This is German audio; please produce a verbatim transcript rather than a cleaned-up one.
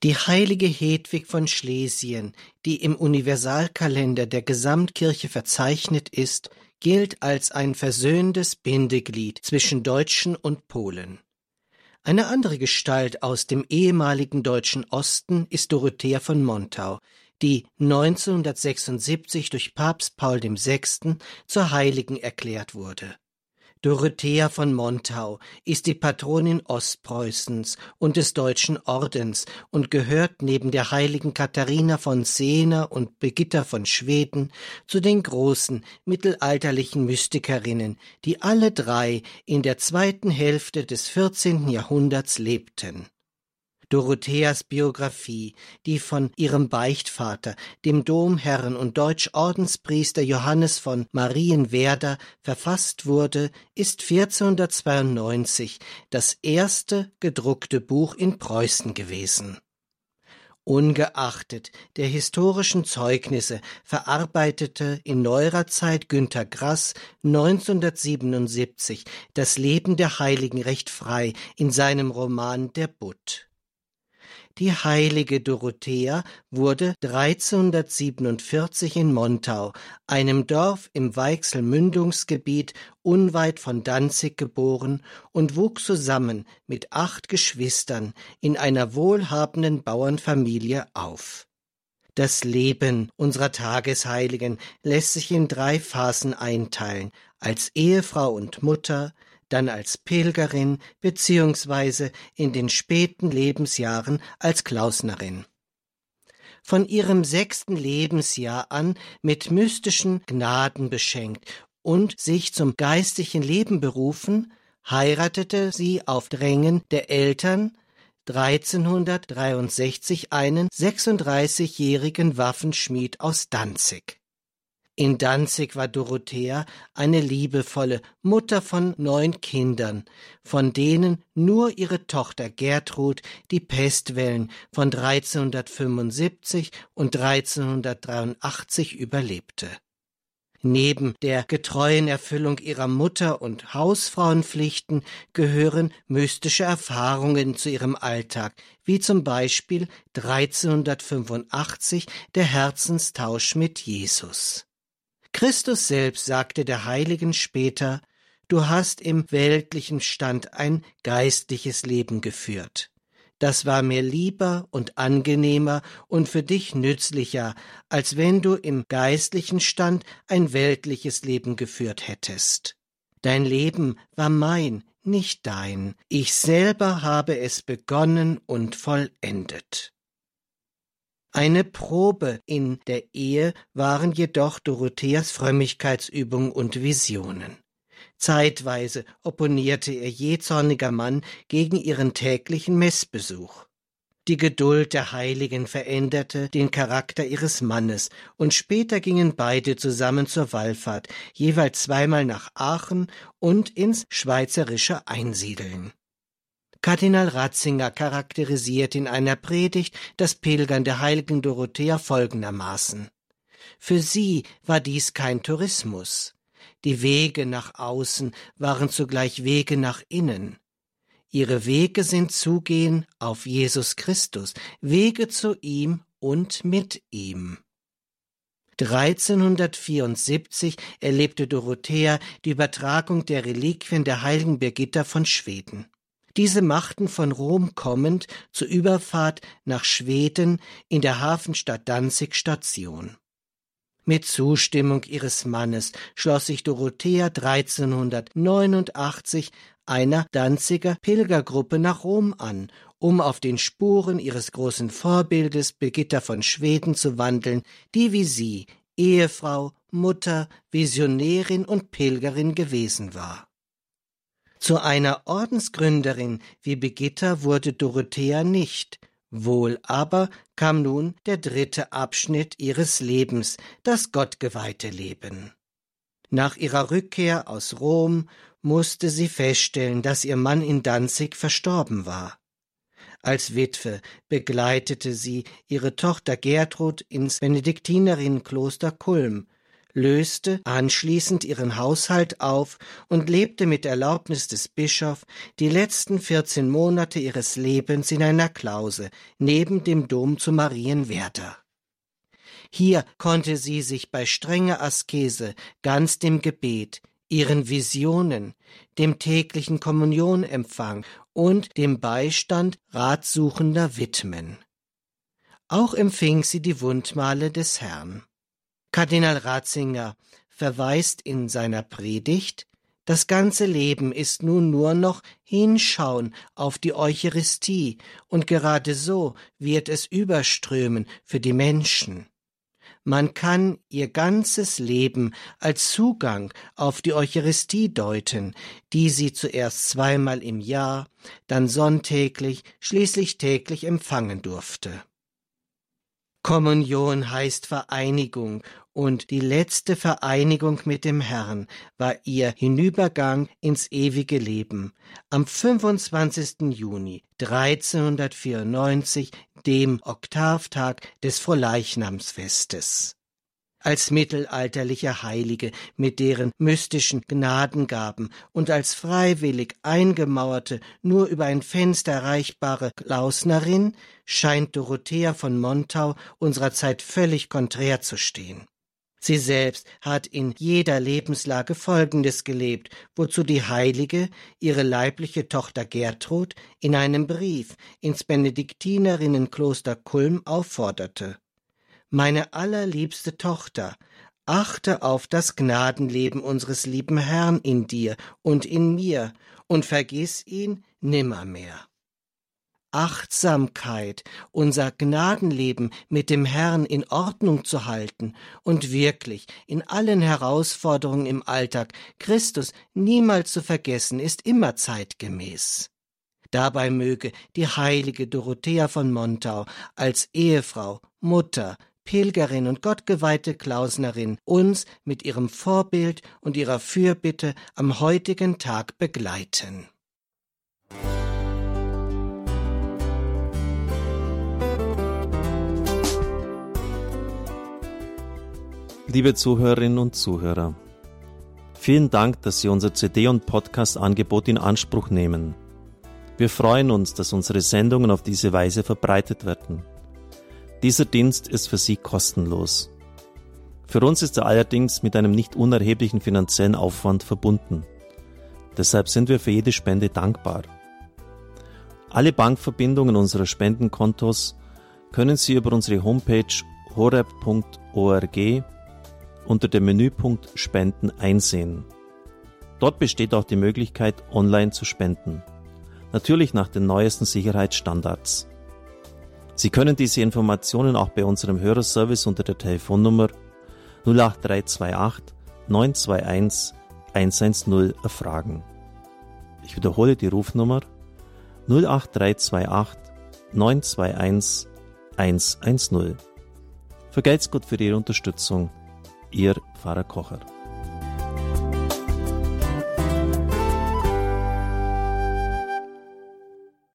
Die heilige Hedwig von Schlesien, die im Universalkalender der Gesamtkirche verzeichnet ist, gilt als ein versöhnendes Bindeglied zwischen Deutschen und Polen. Eine andere Gestalt aus dem ehemaligen deutschen Osten ist Dorothea von Montau, die neunzehnhundertsechsundsiebzig durch Papst Paul der Sechste zur Heiligen erklärt wurde. Dorothea von Montau ist die Patronin Ostpreußens und des Deutschen Ordens und gehört neben der heiligen Katharina von Siena und Birgitta von Schweden zu den großen mittelalterlichen Mystikerinnen, die alle drei in der zweiten Hälfte des vierzehnten Jahrhunderts lebten. Dorotheas Biografie, die von ihrem Beichtvater, dem Domherren und Deutschordenspriester Johannes von Marienwerder, verfasst wurde, ist vierzehnhundertzweiundneunzig das erste gedruckte Buch in Preußen gewesen. Ungeachtet der historischen Zeugnisse verarbeitete in neuerer Zeit Günter Grass neunzehnhundertsiebenundsiebzig das Leben der Heiligen recht frei in seinem Roman Der Butt. Die heilige Dorothea wurde dreizehnhundertsiebenundvierzig in Montau, einem Dorf im Weichsel-Mündungsgebiet unweit von Danzig, geboren und wuchs zusammen mit acht Geschwistern in einer wohlhabenden Bauernfamilie auf. Das Leben unserer Tagesheiligen lässt sich in drei Phasen einteilen: als Ehefrau und Mutter, dann als Pilgerin beziehungsweise in den späten Lebensjahren als Klausnerin. Von ihrem sechsten Lebensjahr an mit mystischen Gnaden beschenkt und sich zum geistlichen Leben berufen, heiratete sie auf Drängen der Eltern dreizehnhundertdreiundsechzig einen sechsunddreißigjährigen Waffenschmied aus Danzig. In Danzig war Dorothea eine liebevolle Mutter von neun Kindern, von denen nur ihre Tochter Gertrud die Pestwellen von dreizehnhundertfünfundsiebzig und dreizehnhundertdreiundachtzig überlebte. Neben der getreuen Erfüllung ihrer Mutter- und Hausfrauenpflichten gehören mystische Erfahrungen zu ihrem Alltag, wie zum Beispiel dreizehnhundertfünfundachtzig der Herzenstausch mit Jesus. Christus selbst sagte der Heiligen später: Du hast im weltlichen Stand ein geistliches Leben geführt. Das war mir lieber und angenehmer und für dich nützlicher, als wenn du im geistlichen Stand ein weltliches Leben geführt hättest. Dein Leben war mein, nicht dein. Ich selber habe es begonnen und vollendet. Eine Probe in der Ehe waren jedoch Dorotheas Frömmigkeitsübungen und Visionen. Zeitweise opponierte ihr jähzorniger Mann gegen ihren täglichen Messbesuch. Die Geduld der Heiligen veränderte den Charakter ihres Mannes, und später gingen beide zusammen zur Wallfahrt, jeweils zweimal nach Aachen und ins schweizerische Einsiedeln. Kardinal Ratzinger charakterisiert in einer Predigt das Pilgern der heiligen Dorothea folgendermaßen: Für sie war dies kein Tourismus. Die Wege nach außen waren zugleich Wege nach innen. Ihre Wege sind Zugehen auf Jesus Christus, Wege zu ihm und mit ihm. dreizehnhundertvierundsiebzig erlebte Dorothea die Übertragung der Reliquien der heiligen Birgitta von Schweden. Diese machten von Rom kommend zur Überfahrt nach Schweden in der Hafenstadt Danzig Station. Mit Zustimmung ihres Mannes schloss sich Dorothea dreizehnhundertneunundachtzig einer Danziger Pilgergruppe nach Rom an, um auf den Spuren ihres großen Vorbildes Birgitta von Schweden zu wandeln, die wie sie Ehefrau, Mutter, Visionärin und Pilgerin gewesen war. Zu einer Ordensgründerin wie Birgitta wurde Dorothea nicht, wohl aber kam nun der dritte Abschnitt ihres Lebens, das gottgeweihte Leben. Nach ihrer Rückkehr aus Rom musste sie feststellen, dass ihr Mann in Danzig verstorben war. Als Witwe begleitete sie ihre Tochter Gertrud ins Benediktinerinnenkloster Kulm, löste anschließend ihren Haushalt auf und lebte mit Erlaubnis des Bischofs die letzten vierzehn Monate ihres Lebens in einer Klause neben dem Dom zu Marienwerder. Hier konnte sie sich bei strenger Askese ganz dem Gebet, ihren Visionen, dem täglichen Kommunionempfang und dem Beistand Ratsuchender widmen. Auch empfing sie die Wundmale des Herrn. Kardinal Ratzinger verweist in seiner Predigt: Das ganze Leben ist nun nur noch Hinschauen auf die Eucharistie, und gerade so wird es überströmen für die Menschen. Man kann ihr ganzes Leben als Zugang auf die Eucharistie deuten, die sie zuerst zweimal im Jahr, dann sonntäglich, schließlich täglich empfangen durfte. Kommunion heißt Vereinigung, und die letzte Vereinigung mit dem Herrn war ihr Hinübergang ins ewige Leben am fünfundzwanzigsten Juni dreizehnhundertvierundneunzig, dem Oktavtag des Fronleichnamsfestes. Als mittelalterliche Heilige mit deren mystischen Gnadengaben und als freiwillig eingemauerte, nur über ein Fenster erreichbare Klausnerin scheint Dorothea von Montau unserer Zeit völlig konträr zu stehen. Sie selbst hat in jeder Lebenslage Folgendes gelebt, wozu die Heilige ihre leibliche Tochter Gertrud in einem Brief ins Benediktinerinnenkloster Kulm aufforderte: Meine allerliebste Tochter, achte auf das Gnadenleben unseres lieben Herrn in dir und in mir und vergiss ihn nimmermehr. Achtsamkeit, unser Gnadenleben mit dem Herrn in Ordnung zu halten und wirklich in allen Herausforderungen im Alltag Christus niemals zu vergessen, ist immer zeitgemäß. Dabei möge die heilige Dorothea von Montau als Ehefrau, Mutter, Pilgerin und gottgeweihte Klausnerin uns mit ihrem Vorbild und ihrer Fürbitte am heutigen Tag begleiten. Liebe Zuhörerinnen und Zuhörer, vielen Dank, dass Sie unser C D- und Podcast-Angebot in Anspruch nehmen. Wir freuen uns, dass unsere Sendungen auf diese Weise verbreitet werden. Dieser Dienst ist für Sie kostenlos. Für uns ist er allerdings mit einem nicht unerheblichen finanziellen Aufwand verbunden. Deshalb sind wir für jede Spende dankbar. Alle Bankverbindungen unserer Spendenkontos können Sie über unsere Homepage horeb punkt org unter dem Menüpunkt Spenden einsehen. Dort besteht auch die Möglichkeit, online zu spenden. Natürlich nach den neuesten Sicherheitsstandards. Sie können diese Informationen auch bei unserem Hörerservice unter der Telefonnummer null acht drei zwei acht neun zwei eins eins eins null erfragen. Ich wiederhole die Rufnummer null acht drei zwei acht neun zwei eins eins eins null. Vergelt's Gott für Ihre Unterstützung. Ihr Pfarrer Kocher.